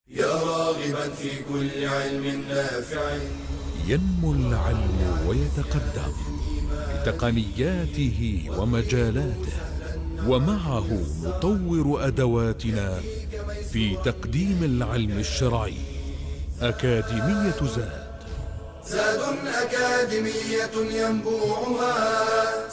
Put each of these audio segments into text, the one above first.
يا راغبا في كل علم نافع. ينمو العلم ويتقدم بتقنياته ومجالاته، ومعه نطور أدواتنا في تقديم العلم الشرعي. أكاديمية زاد. زاد أكاديمية ينبوعها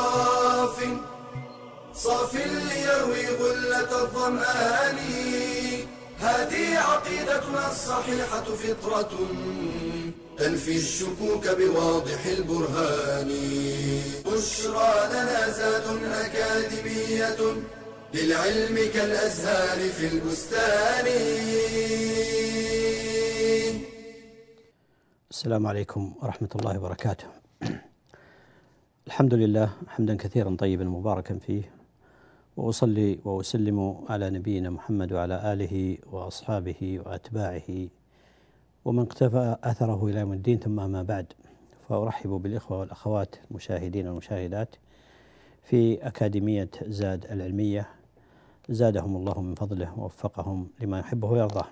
صاف ليروي غلة الظمآن. هذه عقيدتنا الصحيحة فطرة تنفي الشكوك بواضح البرهان. بشرى لنا زاد أكاديمية للعلم كالأزهار في البستان. السلام عليكم ورحمة الله وبركاته. الحمد لله حمدا كثيرا طيبا مباركا فيه، وأصلي وأسلم على نبينا محمد وعلى آله وأصحابه وأتباعه ومن اقتفى أثره إلى يوم الدين، ثم ما بعد، فأرحب بالإخوة والأخوات المشاهدين والمشاهدات في أكاديمية زاد العلمية، زادهم الله من فضله ووفقهم لما يحبه ويرضاه.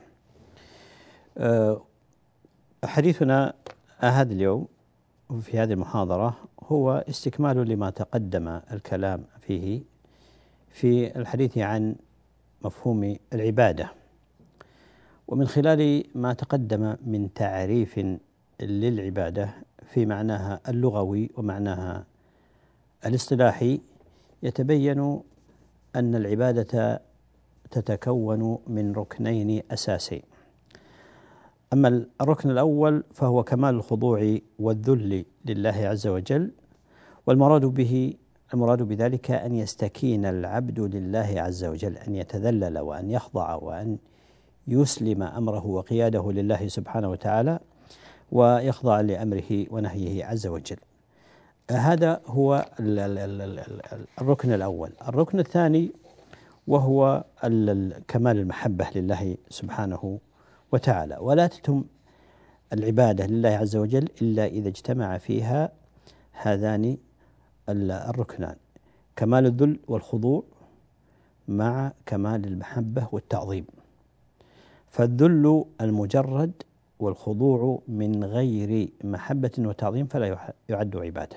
حديثنا هذا اليوم في هذه المحاضرة هو استكمال لما تقدم الكلام فيه في الحديث عن مفهوم العبادة، ومن خلال ما تقدم من تعريف للعبادة في معناها اللغوي ومعناها الاصطلاحي، يتبين أن العبادة تتكون من ركنين أساسين. أما الركن الأول فهو كمال الخضوع والذل لله عز وجل، والمراد بذلك أن يستكين العبد لله عز وجل، أن يتذلل وأن يخضع وأن يسلم أمره وقياده لله سبحانه وتعالى، ويخضع لأمره ونهيه عز وجل. هذا هو الركن الأول. الركن الثاني وهو كمال المحبة لله سبحانه وتعالى، ولا تتم العبادة لله عز وجل إلا إذا اجتمع فيها هذان الركنان: كمال الذل والخضوع مع كمال المحبة والتعظيم. فالذل المجرد والخضوع من غير محبة وتعظيم فلا يعد عبادة،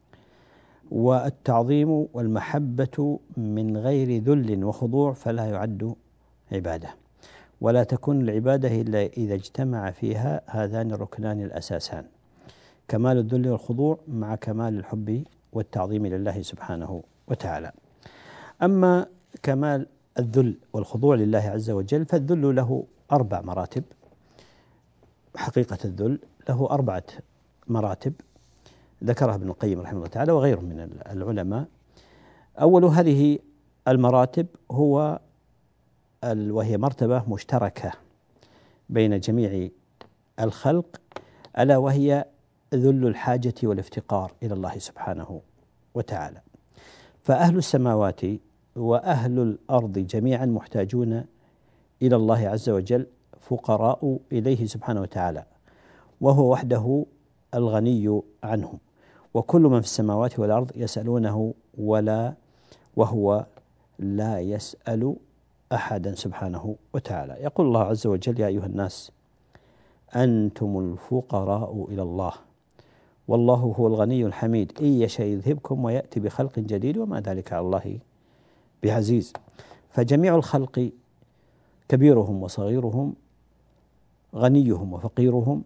والتعظيم والمحبة من غير ذل وخضوع فلا يعد عبادة. ولا تكون العبادة إلا إذا اجتمع فيها هذان الركنان الأساسان: كمال الذل والخضوع مع كمال الحب والتعظيم لله سبحانه وتعالى. أما كمال الذل والخضوع لله عز وجل فالذل له 4 مراتب. حقيقة الذل له 4 مراتب ذكرها ابن القيم رحمه الله تعالى وغيره من العلماء. أول هذه المراتب وهي مرتبة مشتركة بين جميع الخلق، ألا وهي ذل الحاجة والافتقار إلى الله سبحانه وتعالى. فأهل السماوات وأهل الأرض جميعا محتاجون إلى الله عز وجل، فقراء إليه سبحانه وتعالى، وهو وحده الغني عنهم، وكل من في السماوات والأرض يسألونه وهو لا يسأل أحدا سبحانه وتعالى. يقول الله عز وجل: يا أيها الناس أنتم الفقراء إلى الله والله هو الغني الحميد إن يشأ يذهبكم ويأتي بخلق جديد وما ذلك على الله بعزيز. فجميع الخلق كبيرهم وصغيرهم، غنيهم وفقيرهم،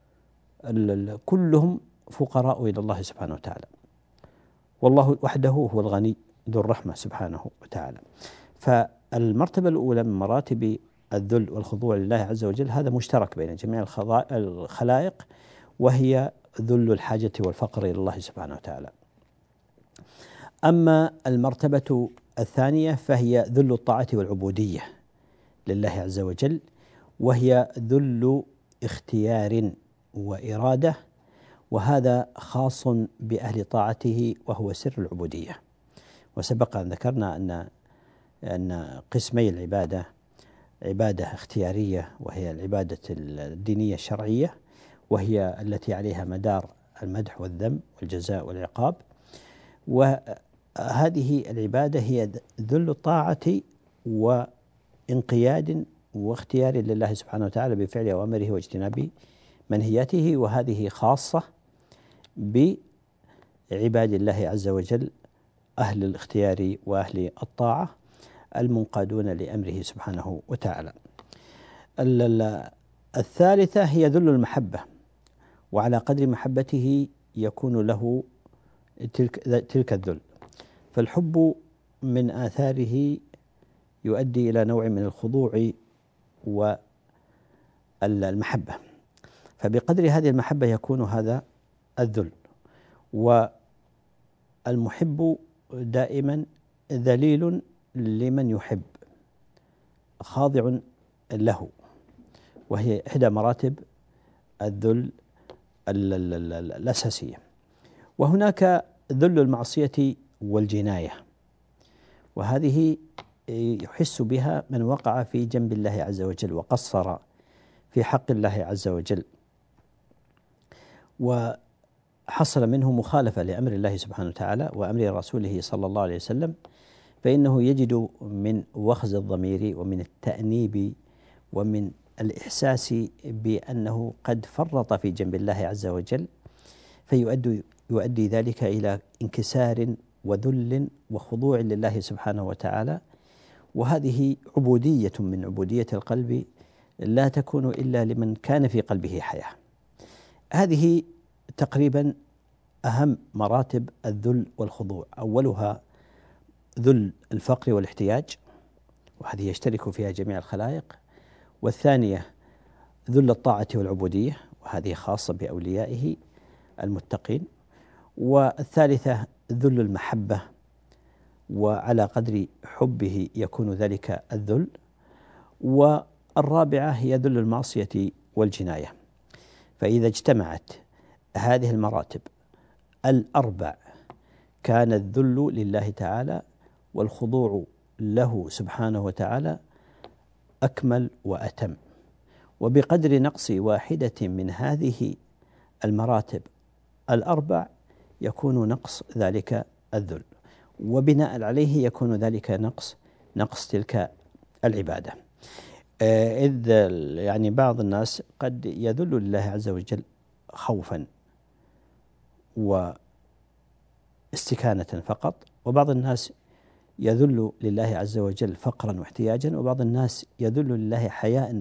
كلهم فقراء إلى الله سبحانه وتعالى، والله وحده هو الغني ذو الرحمة سبحانه وتعالى. فالمرتبة الأولى من مراتب الذل والخضوع لله عز وجل هذا مشترك بين جميع الخلائق، وهي ذل الحاجة والفقر إلى الله سبحانه وتعالى. أما المرتبة الثانية فهي ذل الطاعة والعبودية لله عز وجل، وهي ذل اختيار وإرادة، وهذا خاص بأهل طاعته وهو سر العبودية. وسبق أن ذكرنا أن قسمي العبادة: عبادة اختيارية وهي العبادة الدينية الشرعية، وهي التي عليها مدار المدح والذم والجزاء والعقاب، وهذه العبادة هي ذل الطاعة وانقياد واختيار لله سبحانه وتعالى بفعل أوامره واجتناب منهياته، وهذه خاصة بعباد الله عز وجل أهل الاختيار وأهل الطاعة المنقادون لأمره سبحانه وتعالى. الثالثة هي ذل المحبة، وعلى قدر محبته يكون له تلك الذل. فالحب من آثاره يؤدي إلى نوع من الخضوع والمحبة، فبقدر هذه المحبة يكون هذا الذل. والمحب دائما ذليل لمن يحب، خاضع له، وهي إحدى مراتب الذل الأساسية. وهناك ذل المعصية والجناية، وهذه يحس بها من وقع في جنب الله عز وجل وقصر في حق الله عز وجل، وحصل منه مخالفة لأمر الله سبحانه وتعالى وأمر رسوله صلى الله عليه وسلم، فإنه يجد من وخز الضمير ومن التأنيب ومن الإحساس بأنه قد فرط في جنب الله عز وجل، فيؤدي ذلك إلى انكسار وذل وخضوع لله سبحانه وتعالى. وهذه عبودية من عبودية القلب لا تكون إلا لمن كان في قلبه حياة. هذه تقريبا أهم مراتب الذل والخضوع. أولها ذل الفقر والاحتياج، وهذه يشترك فيها جميع الخلائق. والثانية ذل الطاعة والعبودية، وهذه خاصة بأوليائه المتقين. والثالثة ذل المحبة، وعلى قدر حبه يكون ذلك الذل. والرابعة هي ذل المعصية والجناية. فإذا اجتمعت هذه المراتب الأربع كان الذل لله تعالى والخضوع له سبحانه وتعالى أكمل وأتم. وبقدر نقص واحدة من هذه المراتب الأربع يكون نقص ذلك الذل، وبناء عليه يكون ذلك نقص تلك العبادة. إذ يعني بعض الناس قد يذل لله عز وجل خوفا واستكانة فقط، وبعض الناس يذل لله عز وجل فقرا واحتياجا، وبعض الناس يذل لله حياء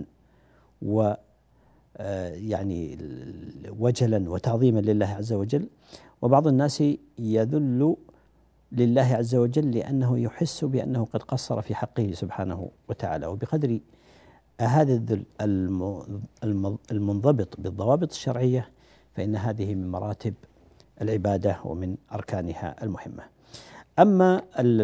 يعني وجلا وتعظيما لله عز وجل، وبعض الناس يذل لله عز وجل لأنه يحس بأنه قد قصر في حقه سبحانه وتعالى. وبقدر هذا الذل المنضبط بالضوابط الشرعية فإن هذه من مراتب العبادة ومن أركانها المهمة. أما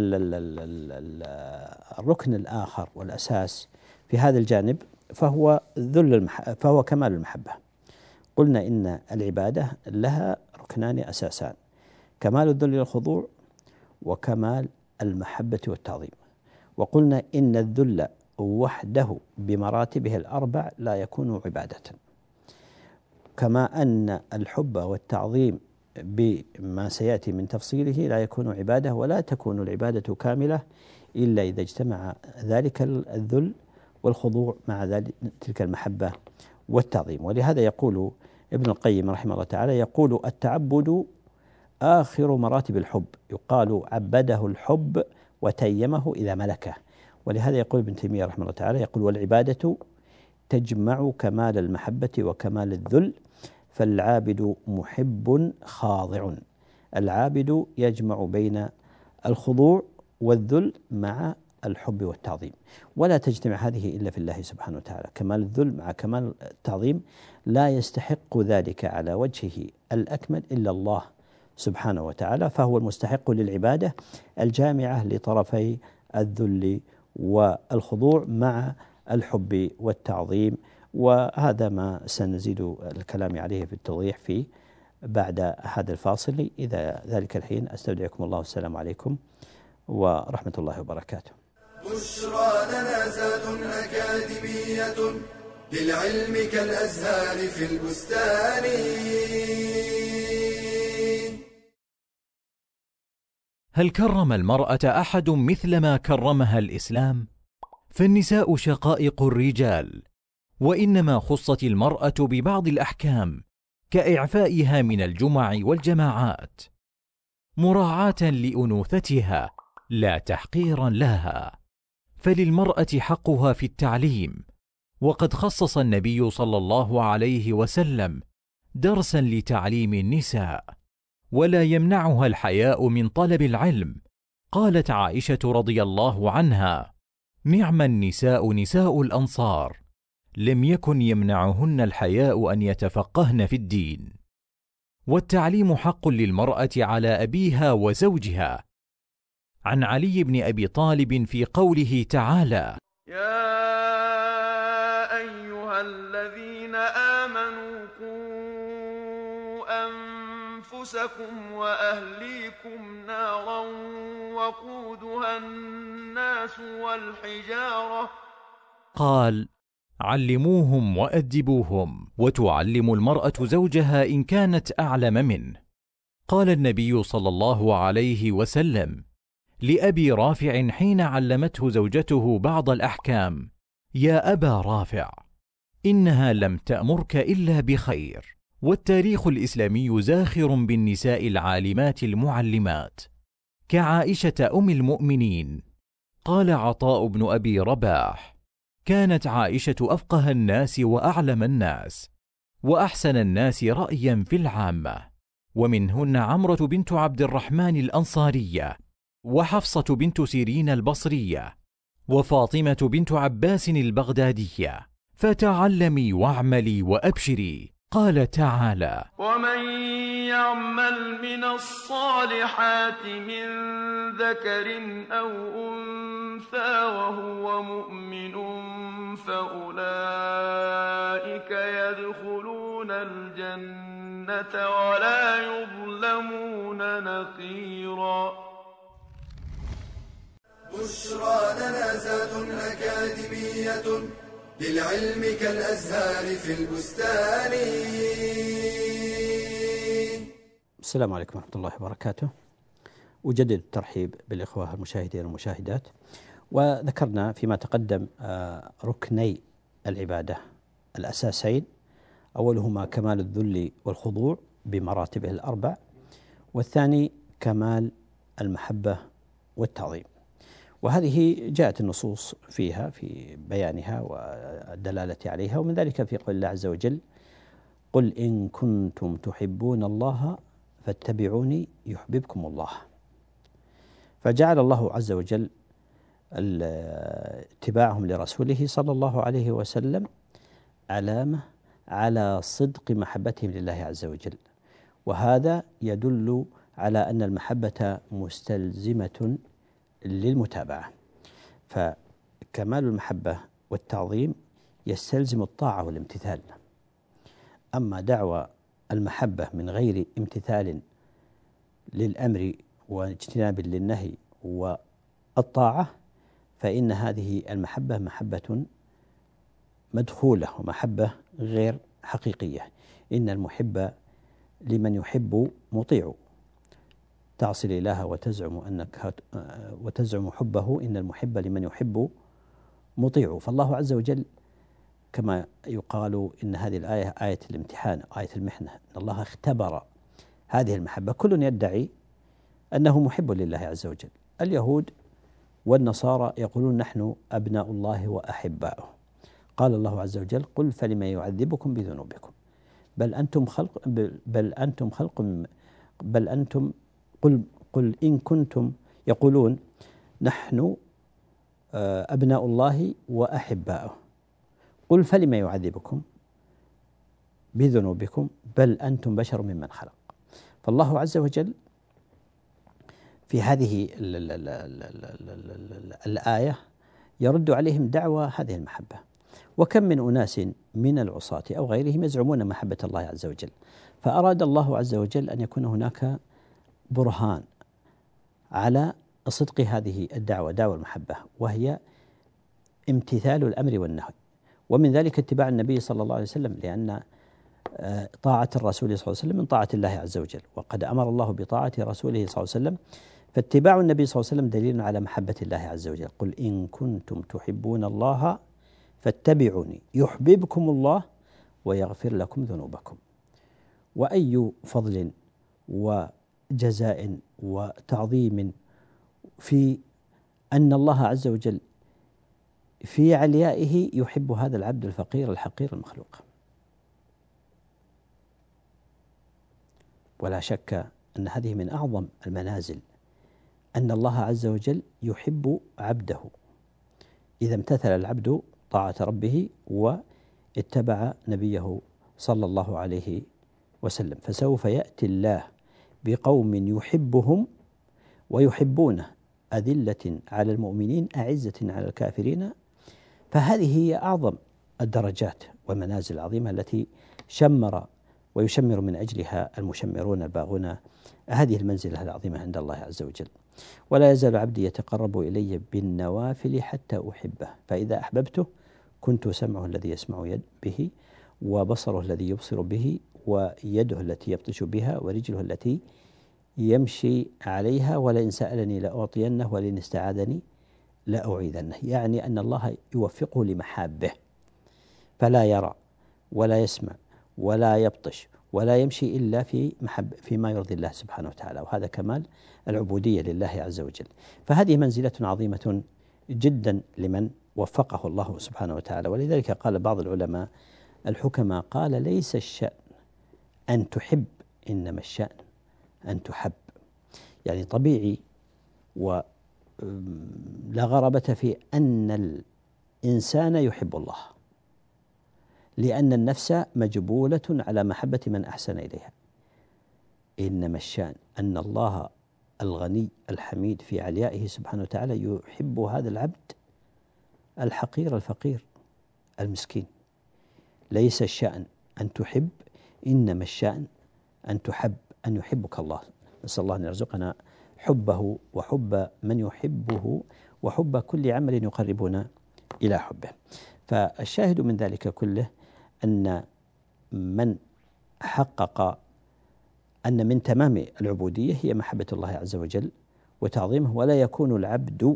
الركن الآخر والأساس في هذا الجانب فهو فهو كمال المحبة. قلنا إن العبادة لها ركنان أساسان: كمال الذل والخضوع، وكمال المحبة والتعظيم. وقلنا إن الذل وحده بمراتبه الأربع لا يكون عبادة، كما أن الحب والتعظيم بما سيأتي من تفصيله لا يكون عبادة، ولا تكون العبادة كاملة إلا إذا اجتمع ذلك الذل والخضوع مع ذلك تلك المحبة والتعظيم. ولهذا يقول ابن القيم رحمه الله تعالى، يقول: التعبد آخر مراتب الحب، يقال عبده الحب وتيمه إذا ملكه. ولهذا يقول ابن تيمية رحمه الله تعالى، يقول: والعبادة تجمع كمال المحبة وكمال الذل، فالعابد محب خاضع. العابد يجمع بين الخضوع والذل مع الحب والتعظيم، ولا تجتمع هذه إلا في الله سبحانه وتعالى. كمال الذل مع كمال التعظيم لا يستحق ذلك على وجهه الأكمل إلا الله سبحانه وتعالى، فهو المستحق للعبادة الجامعة لطرفي الذل والخضوع مع الحب والتعظيم. وهذا ما سنزيد الكلام عليه في التوضيح فيه بعد هذا الفاصل. إذا ذلك الحين أستودعكم الله، والسلام عليكم ورحمة الله وبركاته. بشرى لنا زاد أكاديمية للعلم كالأزهار في البستان. هل كرم المرأة أحد مثل ما كرمها الإسلام؟ فالنساء شقائق الرجال، وإنما خصت المرأة ببعض الأحكام كإعفائها من الجمع والجماعات مراعاة لأنوثتها لا تحقيرا لها، فللمرأة حقها في التعليم، وقد خصص النبي صلى الله عليه وسلم درسا لتعليم النساء، ولا يمنعها الحياء من طلب العلم. قالت عائشة رضي الله عنها: نعم النساء نساء الأنصار، لم يكن يمنعهن الحياء أن يتفقهن في الدين. والتعليم حق للمرأة على أبيها وزوجها. عن علي بن أبي طالب في قوله تعالى: يا أيها الذين آمنوا قوا أنفسكم وأهليكم نارا وقودها الناس والحجارة. قال: علموهم وأدبوهم. وتعلم المرأة زوجها إن كانت أعلم منه. قال النبي صلى الله عليه وسلم لأبي رافع حين علمته زوجته بعض الأحكام: يا أبا رافع، إنها لم تأمرك إلا بخير. والتاريخ الإسلامي زاخر بالنساء العالمات المعلمات كعائشة أم المؤمنين. قال عطاء بن أبي رباح: كانت عائشة أفقه الناس وأعلم الناس وأحسن الناس رأيا في العامة، ومنهن عمرة بنت عبد الرحمن الأنصارية، وحفصة بنت سيرين البصرية، وفاطمة بنت عباس البغدادية. فتعلمي واعملي وأبشري. قال تعالى: ومن يعمل من الصالحات من ذكر أو أنثى وهو مؤمن فأولئك يدخلون الجنة ولا يظلمون نقيرا. بشرى لنا ذات أكاديمية للعلم كالأزهار في البستان. السلام عليكم ورحمة الله وبركاته. أجدد الترحيب بالإخوة المشاهدين والمشاهدات. وذكرنا فيما تقدم ركني العبادة الأساسين، أولهما كمال الذل والخضوع بمراتبه الأربع، والثاني كمال المحبة والتعظيم. وهذه جاءت النصوص فيها في بيانها والدلالة عليها، ومن ذلك في قول الله عز وجل: قل إن كنتم تحبون الله فاتبعوني يحببكم الله. فجعل الله عز وجل اتباعهم لرسوله صلى الله عليه وسلم علامة على صدق محبتهم لله عز وجل، وهذا يدل على أن المحبة مستلزمة للمتابعة. فكمال المحبة والتعظيم يستلزم الطاعة والامتثال. أما دعوى المحبة من غير امتثال للأمر واجتناب للنهي والطاعة فإن هذه المحبة محبة مدخولة ومحبة غير حقيقية. إن المحب لمن يحب مطيع. تعصي الإله وتزعم حبه، إن المحب لمن يحب مطيع. فالله عز وجل كما يقال إن هذه الآية آية الامتحان، آية المحنة، إن الله اختبر هذه المحبة. كل يدعي أنه محب لله عز وجل. اليهود والنصارى يقولون نحن أبناء الله وأحباؤه. قال الله عز وجل: قل فلم يعذبكم بذنوبكم بل أنتم قل إن كنتم يقولون نحن أبناء الله وأحباؤه قل فلم يعذبكم بذنوبكم بل أنتم بشر ممن خلق. فالله عز وجل في هذه الآية يرد عليهم دعوى هذه المحبة. وكم من أناس من العصاة أو غيرهم يزعمون محبة الله عز وجل، فأراد الله عز وجل أن يكون هناك برهان على صدق هذه الدعوة، دعوة المحبة، وهي امتثال الأمر والنهي، ومن ذلك اتباع النبي صلى الله عليه وسلم، لأن طاعة الرسول صلى الله عليه وسلم من طاعة الله عز وجل، وقد أمر الله بطاعة رسوله صلى الله عليه وسلم فاتباع النبي صلى الله عليه وسلم دليل على محبة الله عز وجل. قل إن كنتم تحبون الله فاتبعوني يحببكم الله ويغفر لكم ذنوبكم. وأي فضل وجزاء وتعظيم في أن الله عز وجل في عليائه يحب هذا العبد الفقير الحقير المخلوق. ولا شك أن هذه من أعظم المنازل، أن الله عز وجل يحب عبده إذا امتثل العبد طاعة ربه واتبع نبيه صلى الله عليه وسلم. فسوف يأتي الله بقوم يحبهم ويحبونه، أذلة على المؤمنين أعزة على الكافرين. فهذه هي أعظم الدرجات والمنازل العظيمة التي شمر ويشمر من أجلها المشمرون الباغون هذه المنزلة العظيمة عند الله عز وجل. ولا يزال عبدي يتقرب إلي بالنوافل حتى أحبه، فإذا أحببته كنت سمعه الذي يسمع به، وبصره الذي يبصر به، ويده التي يبطش بها، ورجله التي يمشي عليها، ولئن سألني لأعطينه ولئن استعاذني لأعيذنه. يعني أن الله يوفقه لمحابه، فلا يرى ولا يسمع ولا يبطش ولا يمشي إلا فيما يرضي الله سبحانه وتعالى، وهذا كمال العبودية لله عز وجل. فهذه منزلة عظيمة جدا لمن وفقه الله سبحانه وتعالى. ولذلك قال بعض العلماء الحكماء، قال ليس الشأن أن تحب، إنما الشأن أن تحب. يعني طبيعي ولا غرابة في أن الإنسان يحب الله، لأن النفس مجبولة على محبة من أحسن إليها. إنما الشأن أن الله الغني الحميد في عليائه سبحانه وتعالى يحب هذا العبد الحقير الفقير المسكين. ليس الشأن أن تحب، إنما الشأن أن تحب، أن يحبك الله. نسأل الله أن يرزقنا حبه وحب من يحبه وحب كل عمل يقربنا إلى حبه. فالشاهد من ذلك كله أن من حقق أن من تمام العبودية هي محبة الله عز وجل وتعظيمه. ولا يكون العبد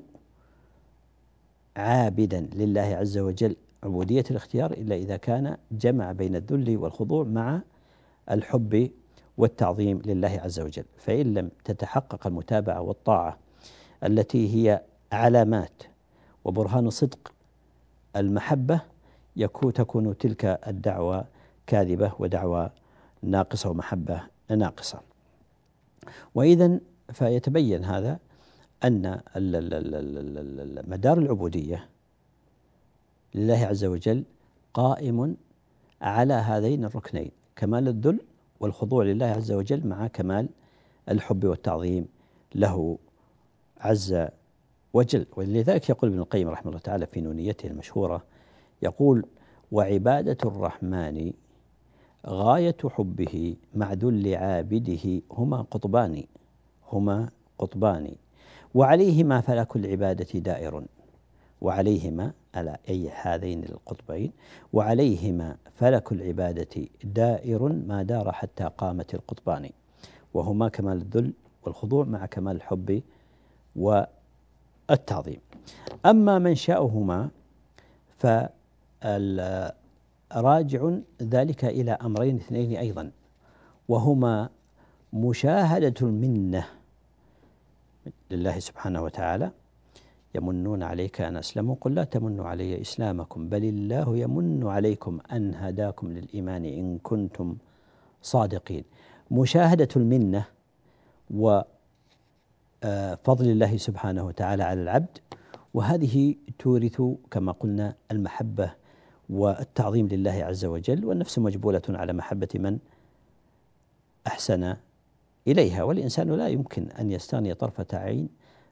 عابدا لله عز وجل عبودية الاختيار إلا إذا كان جمع بين الذل والخضوع مع الحب والتعظيم لله عز وجل. فإن لم تتحقق المتابعة والطاعة التي هي علامات وبرهان صدق المحبة، تكون تلك الدعوة كاذبة ودعوة ناقصة ومحبة ناقصة. وإذن فيتبين هذا أن مدار العبودية لله عز وجل قائم على هذين الركنين، كمال الذل والخضوع لله عز وجل مع كمال الحب والتعظيم له عز وجل. ولذلك يقول ابن القيم رحمه الله تعالى في نونيته المشهورة، يقول: وعبادة الرحمن غاية حبه مع ذل عابده هما قطبان وعليهما فلك العبادة دائر، وعليهما على أي هذين القطبين، وعليهما فلك العبادة دائر ما دار حتى قامت القطبان، وهما كمال الذل والخضوع مع كمال الحب والتعظيم. أما منشأهما فراجع ذلك إلى أمرين اثنين أيضا، وهما مشاهدة المنة لله سبحانه وتعالى. يمنون عليك أن أسلموا قل لا تمنوا علي إسلامكم بل الله يمن عليكم أن هداكم للإيمان إن كنتم صادقين. مشاهدة المنة وفضل الله سبحانه وتعالى على العبد، وهذه تورث كما قلنا المحبة والتعظيم لله عز وجل، والنفس مجبولة على محبة من أحسن إليها. والإنسان لا يمكن أن يستغني طرفة عين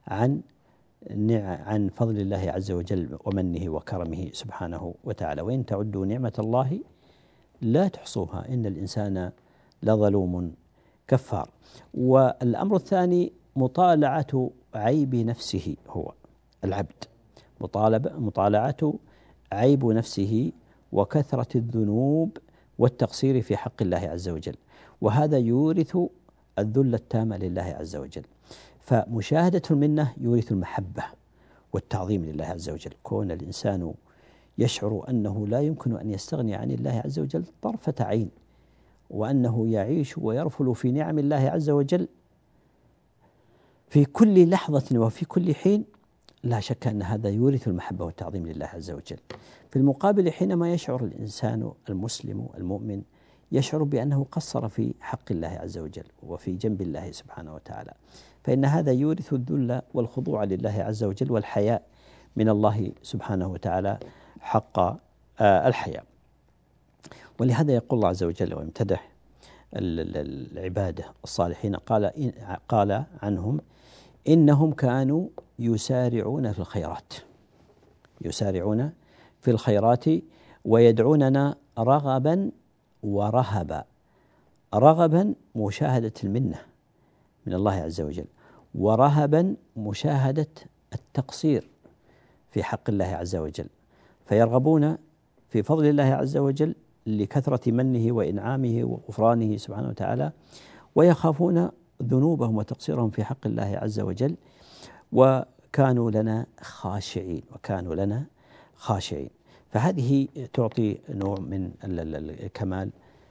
عن فضل الله عز وجل ومنه وكرمه سبحانه وتعالى. وإن تعدوا نعمة الله لا تحصوها إن الإنسان لظلوم كفار. والأمر الثاني مطالعة عيب نفسه، هو العبد مطالعة عيب نفسه وكثرة الذنوب والتقصير في حق الله عز وجل، وهذا يورث الذل التام لله عز وجل. فمشاهدة المنة يورث المحبة والتعظيم لله عز وجل. كون الإنسان يشعر أنه لا يمكن أن يستغني عن الله عز وجل طرفة عين، وأنه يعيش ويرفل في نعم الله عز وجل في كل لحظة وفي كل حين، لا شك أن هذا يورث المحبة والتعظيم لله عز وجل. في المقابل حينما يشعر الإنسان المسلم المؤمن يشعر بأنه قصر في حق الله عز وجل وفي جنب الله سبحانه وتعالى، فإن هذا يورث الذل والخضوع لله عز وجل والحياء من الله سبحانه وتعالى حق الحياء. ولهذا يقول الله عز وجل ويمتدح العبادة الصالحين، قال عنهم إنهم كانوا يسارعون في الخيرات ويدعوننا رغبا ورهبا. رغبا مشاهدة المنة من الله عز وجل، ورهبا مشاهدة التقصير في حق الله عز وجل، فيرغبون في فضل الله عز وجل لكثرة منه وإنعامه وغفرانه سبحانه وتعالى، ويخافون ذنوبهم وتقصيرهم في حق الله عز وجل، وكانوا لنا خاشعين. فهذه تعطي نوع من كمال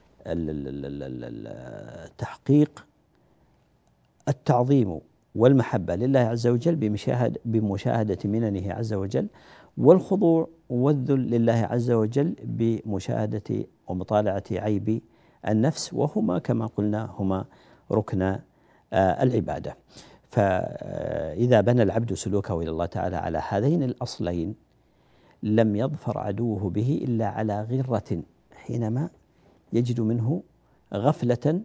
تحقيق التعظيم والمحبة لله عز وجل بمشاهدة مننه عز وجل، والخضوع والذل لله عز وجل بمشاهدة ومطالعة عيب النفس، وهما كما قلنا هما ركن العبادة. فإذا بنى العبد سلوكه إلى الله تعالى على هذين الأصلين لم يظفر عدوه به إلا على غرة، حينما يجد منه غفلة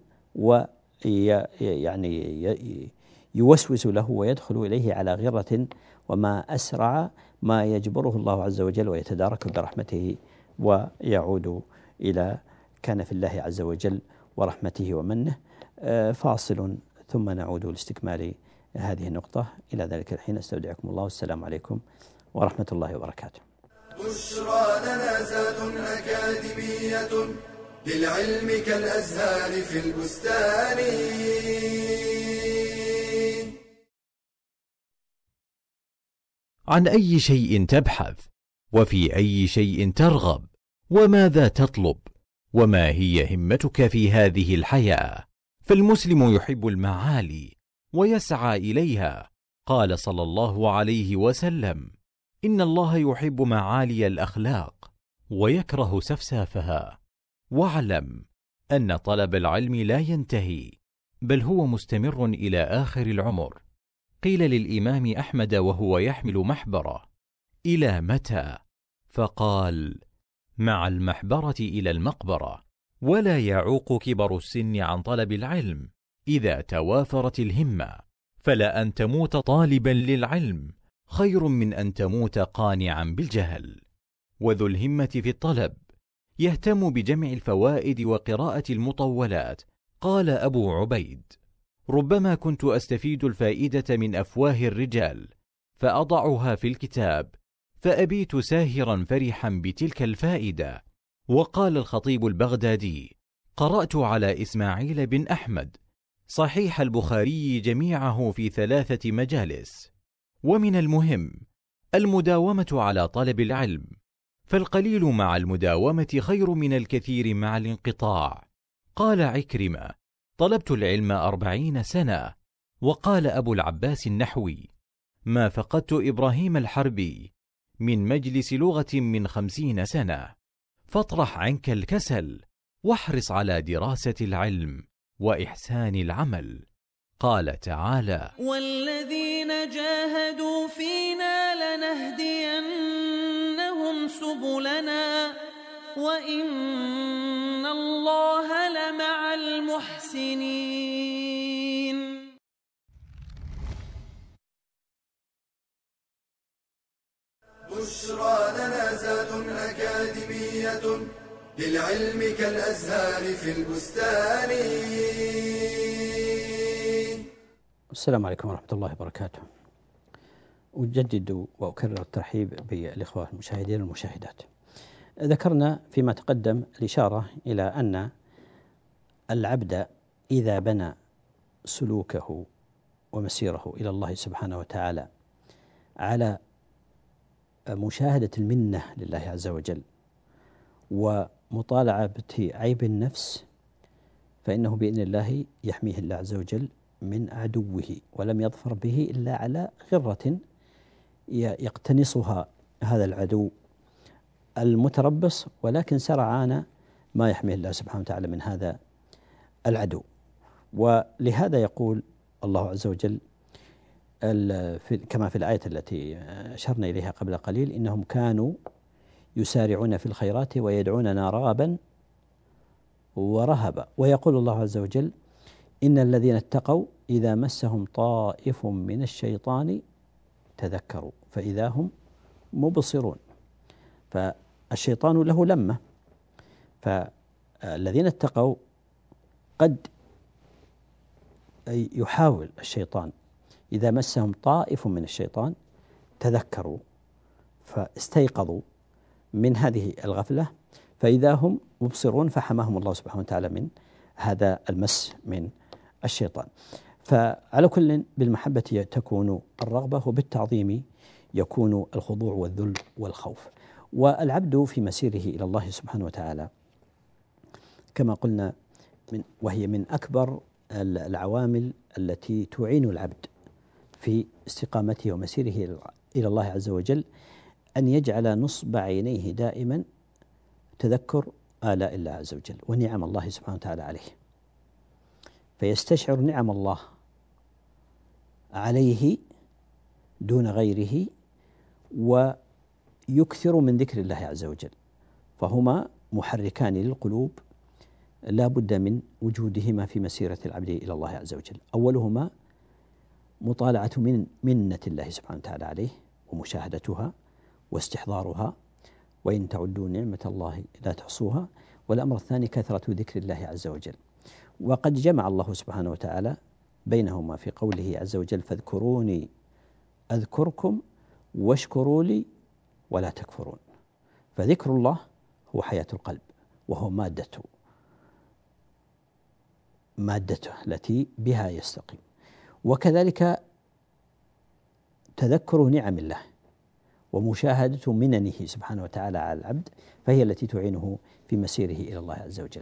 ويعني يوسوس له ويدخل إليه على غرة، وما أسرع ما يجبره الله عز وجل ويتدارك برحمته ويعود إلى كنف الله عز وجل ورحمته ومنه. فاصل ثم نعود لاستكمال هذه النقطة. إلى ذلك الحين استودعكم الله، والسلام عليكم ورحمة الله وبركاته. بشرى لنا زاد أكاديمية للعلم كالأزهار في البستان. عن أي شيء تبحث، وفي أي شيء ترغب، وماذا تطلب، وما هي همتك في هذه الحياة؟ فالمسلم يحب المعالي ويسعى إليها. قال صلى الله عليه وسلم: إن الله يحب معالي الأخلاق ويكره سفسافها. واعلم أن طلب العلم لا ينتهي، بل هو مستمر إلى آخر العمر. قيل للإمام أحمد وهو يحمل محبرة: إلى متى؟ فقال: مع المحبرة إلى المقبرة. ولا يعوق كبر السن عن طلب العلم إذا توافرت الهمة، فلا أن تموت طالبا للعلم خير من أن تموت قانعا بالجهل. وذو الهمة في الطلب يهتم بجمع الفوائد وقراءة المطولات. قال أبو عبيد: ربما كنت أستفيد الفائدة من أفواه الرجال فأضعها في الكتاب، فأبيت ساهرا فرحا بتلك الفائدة. وقال الخطيب البغدادي: قرأت على إسماعيل بن أحمد صحيح البخاري جميعه في 3 مجالس. ومن المهم المداومة على طلب العلم، فالقليل مع المداومة خير من الكثير مع الانقطاع. قال عكرمة: طلبت العلم 40 سنة. وقال أبو العباس النحوي: ما فقدت إبراهيم الحربي من مجلس لغة من 50 سنة. فاطرح عنك الكسل واحرص على دراسة العلم وإحسان العمل. قال تعالى: والذين جاهدوا فينا لنهدينهم سبلنا وإن الله لمع المحسنين. بشرى لنا زاد أكاديمية للعلم كالأزهار في البستان. السلام عليكم ورحمة الله وبركاته. أجدد وأكرر الترحيب بالإخوة المشاهدين والمشاهدات. ذكرنا فيما تقدم الإشارة إلى أن العبد إذا بنى سلوكه ومسيره إلى الله سبحانه وتعالى على مشاهدة المنة لله عز وجل ومطالعة عيب النفس، فإنه بإذن الله يحميه الله عز وجل من عدوه، ولم يظفر به إلا على غرة يقتنصها هذا العدو المتربص، ولكن سرعان ما يحميه الله سبحانه وتعالى من هذا العدو. ولهذا يقول الله عز وجل كما في الآية التي أشرنا إليها قبل قليل: إنهم كانوا يسارعون في الخيرات ويدعوننا رغبا ورهبا. ويقول الله عز وجل: إن الذين اتقوا إذا مسهم طائف من الشيطان تذكروا فإذا هم مبصرون. فالشيطان له لمة، فالذين اتقوا قد يحاول الشيطان إذا مسهم طائف من الشيطان تذكروا فاستيقظوا من هذه الغفلة فإذا هم مبصرون، فحماهم الله سبحانه وتعالى من هذا المس من الشيطان. فعلى كل بالمحبة تكون الرغبة، وبالتعظيم يكون الخضوع والذل والخوف. والعبد في مسيره إلى الله سبحانه وتعالى كما قلنا وهي من أكبر العوامل التي تعين العبد في استقامته ومسيره إلى الله عز وجل، أن يجعل نصب عينيه دائما تذكر آلاء الله عز وجل ونعم الله سبحانه وتعالى عليه، فيستشعر نعم الله عليه دون غيره، ويكثر من ذكر الله عز وجل. فهما محركان للقلوب لا بد من وجودهما في مسيرة العبد إلى الله عز وجل. أولهما مطالعة من منة الله سبحانه وتعالى عليه ومشاهدتها واستحضارها، وإن تعدوا نعمة الله لا تحصوها. والأمر الثاني كثرة ذكر الله عز وجل. وقد جمع الله سبحانه وتعالى بينهما في قوله عز وجل: فاذكروني أذكركم واشكروا لي ولا تكفرون. فذكر الله هو حياة القلب، وهو مادته التي بها يستقيم. وكذلك تذكر نعم الله ومشاهدة مننه سبحانه وتعالى على العبد، فهي التي تعينه في مسيره إلى الله عز وجل.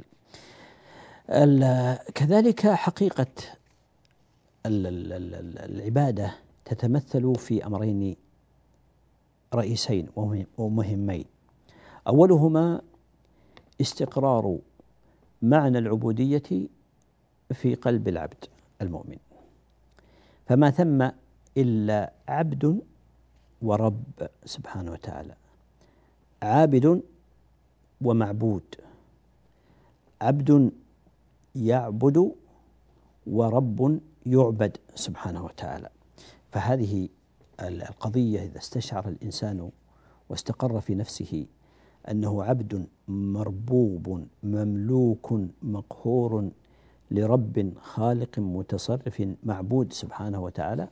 كذلك حقيقة العبادة تتمثل في أمرين رئيسين ومهمين. أولهما استقرار معنى العبودية في قلب العبد المؤمن، فما ثم إلا عبد ورب سبحانه وتعالى، عابد ومعبود، عبد يعبد ورب يعبد سبحانه وتعالى. فهذه القضية إذا استشعر الإنسان واستقر في نفسه أنه عبد مربوب مملوك مقهور لرب خالق متصرف معبود سبحانه وتعالى،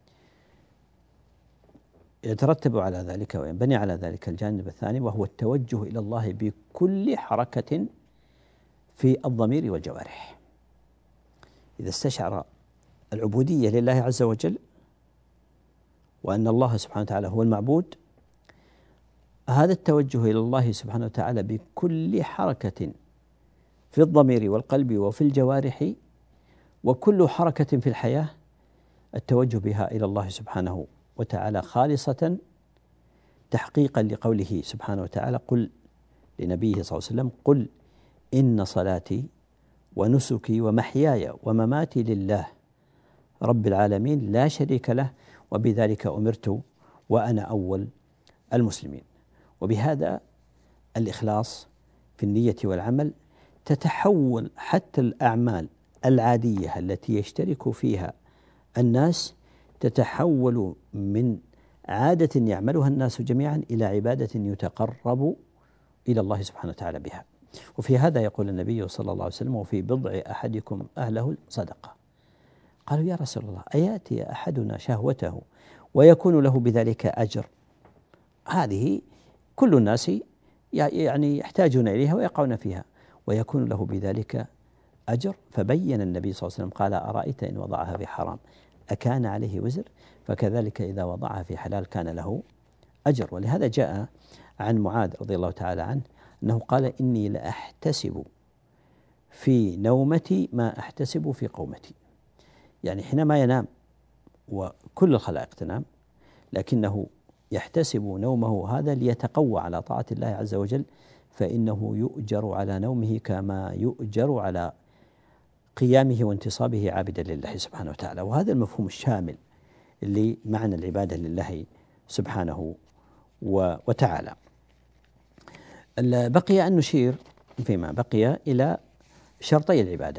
يترتب على ذلك وينبني على ذلك الجانب الثاني، وهو التوجه إلى الله بكل حركة في الضمير والجوارح. إذا استشعر العبودية لله عز وجل وأن الله سبحانه وتعالى هو المعبود، هذا التوجه إلى الله سبحانه وتعالى بكل حركة في الضمير والقلب وفي الجوارح، وكل حركة في الحياة التوجه بها إلى الله سبحانه وتعالى خالصة تحقيقا لقوله سبحانه وتعالى: قل لنبيه صلى الله عليه وسلم: قل إن صلاتي ونسكي ومحياي ومماتي لله رب العالمين لا شريك له وبذلك أمرت وأنا أول المسلمين. وبهذا الإخلاص في النية والعمل تتحول حتى الأعمال العادية التي يشترك فيها الناس تتحول من عادة يعملها الناس جميعا إلى عبادة يتقرب إلى الله سبحانه وتعالى بها. وفي هذا يقول النبي صلى الله عليه وسلم: وفي بضع أحدكم أهله صدقة. قالوا: يا رسول الله، أياتي أحدنا شهوته ويكون له بذلك أجر؟ هذه كل الناس يعني يحتاجون إليها ويقعون فيها، ويكون له بذلك أجر. فبين النبي صلى الله عليه وسلم قال: أرأيت إن وضعها في حرام أكان عليه وزر؟ فكذلك إذا وضعها في حلال كان له أجر. ولهذا جاء عن معاذ رضي الله تعالى عنه أنه قال: إني لأحتسب في نومتي ما أحتسب في قومتي. يعني حينما ينام وكل الخلائق تنام، لكنه يحتسب نومه هذا ليتقوى على طاعة الله عز وجل، فإنه يؤجر على نومه كما يؤجر على قيامه وانتصابه عابدا لله سبحانه وتعالى. وهذا المفهوم الشامل لمعنى العبادة لله سبحانه وتعالى. بقي أن نشير فيما بقي إلى شرطي العبادة،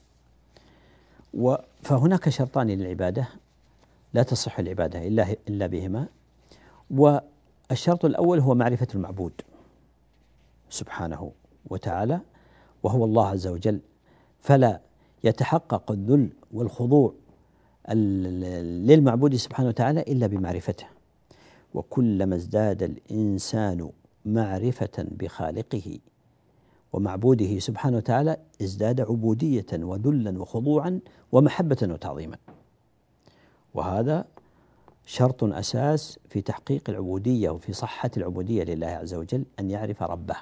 فهناك شرطان للعبادة لا تصح العبادة إلا بهما. والشرط الأول هو معرفة المعبود سبحانه وتعالى وهو الله عز وجل، فلا يتحقق الذل والخضوع للمعبود سبحانه وتعالى إلا بمعرفته. وكلما ازداد الإنسان معرفة بخالقه ومعبوده سبحانه وتعالى ازداد عبودية وذلا وخضوعا ومحبة وتعظيما. وهذا شرط أساس في تحقيق العبودية وفي صحة العبودية لله عز وجل، أن يعرف ربه.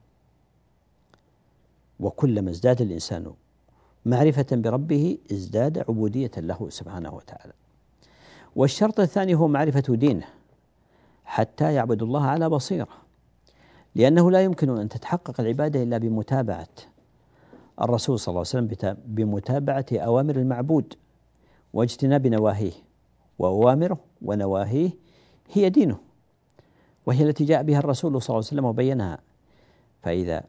وكلما ازداد الإنسان معرفة بربه ازداد عبودية له سبحانه وتعالى. والشرط الثاني هو معرفة دينه حتى يعبد الله على بصيرة، لأنه لا يمكن أن تتحقق العبادة إلا بمتابعة الرسول صلى الله عليه وسلم، بمتابعة أوامر المعبود واجتناب نواهيه. وأوامره ونواهيه هي دينه، وهي التي جاء بها الرسول صلى الله عليه وسلم وبينها. فإذا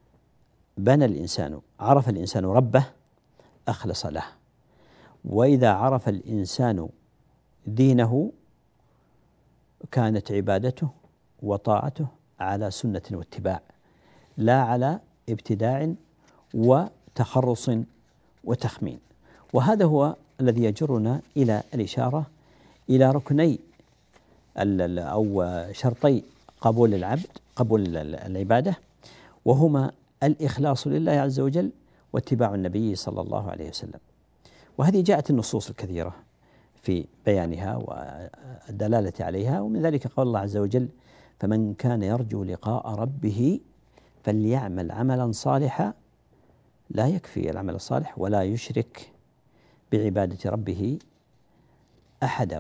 عرف الإنسان ربه أخلص له، وإذا عرف الإنسان دينه كانت عبادته وطاعته على سنة واتباع، لا على ابتداع وتخرص وتخمين. وهذا هو الذي يجرنا إلى الإشارة إلى ركني أو شرطي قبول العبادة، وهما الإخلاص لله عز وجل واتباع النبي صلى الله عليه وسلم. وهذه جاءت النصوص الكثيرة في بيانها والدلالة عليها، ومن ذلك قول الله عز وجل: فمن كان يرجو لقاء ربه فليعمل عملا صالحا. لا يكفي العمل الصالح ولا يشرك بعبادة ربه أحدا،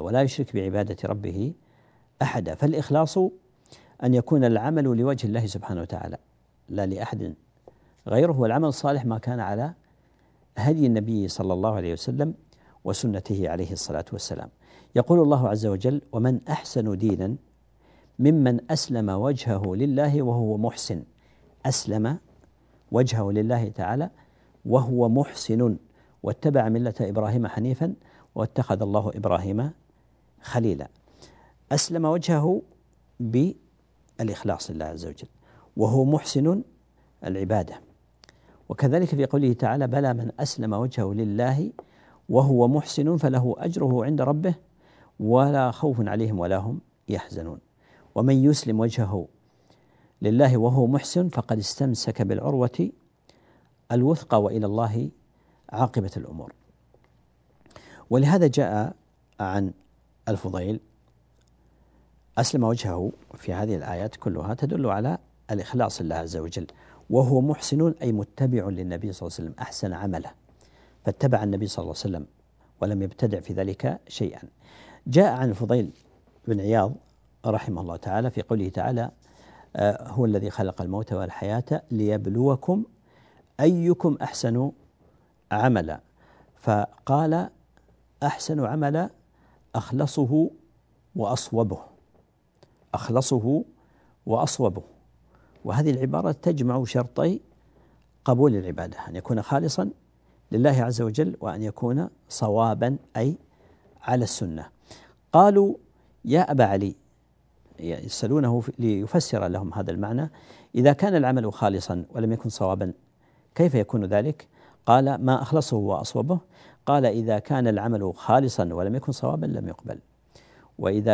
فالإخلاص أن يكون العمل لوجه الله سبحانه وتعالى لا لأحد غيره، والعمل الصالح ما كان على هدي النبي صلى الله عليه وسلم وسنته عليه الصلاة والسلام. يقول الله عز وجل: ومن أحسن دينا ممن أسلم وجهه لله وهو محسن. أسلم وجهه لله تعالى وهو محسن واتبع ملة إبراهيم حنيفا واتخذ الله إبراهيم خليلا. أسلم وجهه بالإخلاص لله عز وجل وهو محسن العبادة. وكذلك في قوله تعالى: بلى من أسلم وجهه لله وهو محسن فله أجره عند ربه ولا خوف عليهم ولا هم يحزنون. ومن يسلم وجهه لله وهو محسن فقد استمسك بالعروة الوثقى وإلى الله عاقبة الأمور. ولهذا جاء عن الفضيل: أسلم وجهه في هذه الآيات كلها تدل على الإخلاص لله عز وجل، وهو محسن أي متبع للنبي صلى الله عليه وسلم، أحسن عمله فاتبع النبي صلى الله عليه وسلم ولم يبتدع في ذلك شيئا. جاء عن الفضيل بن عياض رحمه الله تعالى في قوله تعالى: هو الذي خلق الموت والحياة ليبلوكم أيكم أحسن عملا، فقال: أحسن عملا أخلصه وأصوبه. وهذه العبارة تجمع شرطي قبول العبادة: أن يكون خالصا لله عز وجل، وأن يكون صوابا أي على السنة. قالوا: يا أبا علي، يسألونه ليفسر لهم هذا المعنى: إذا كان العمل خالصا ولم يكن صوابا كيف يكون ذلك؟ قال: ما أخلصه وأصوبه. قال: إذا كان العمل خالصا ولم يكن صوابا لم يقبل، وإذا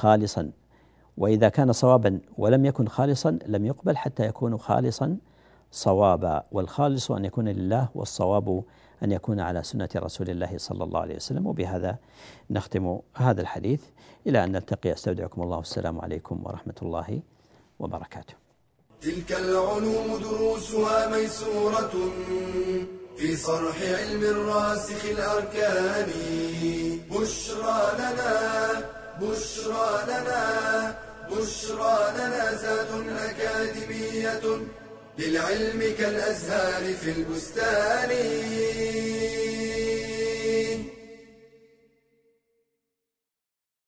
كان صوابا ولم يكن خالصا لم يقبل حتى يكون خالصا صوابا، والخالص أن يكون لله، والصواب أن يكون على سنة رسول الله صلى الله عليه وسلم. وبهذا نختم هذا الحديث، إلى أن نلتقي أستودعكم الله، والسلام عليكم ورحمة الله وبركاته. تلك العلوم دروسها ميسورة في صرح علم الراسخ الأركان. بشرى لنا زاد أكاديمية للعلم كالأزهار في البستان.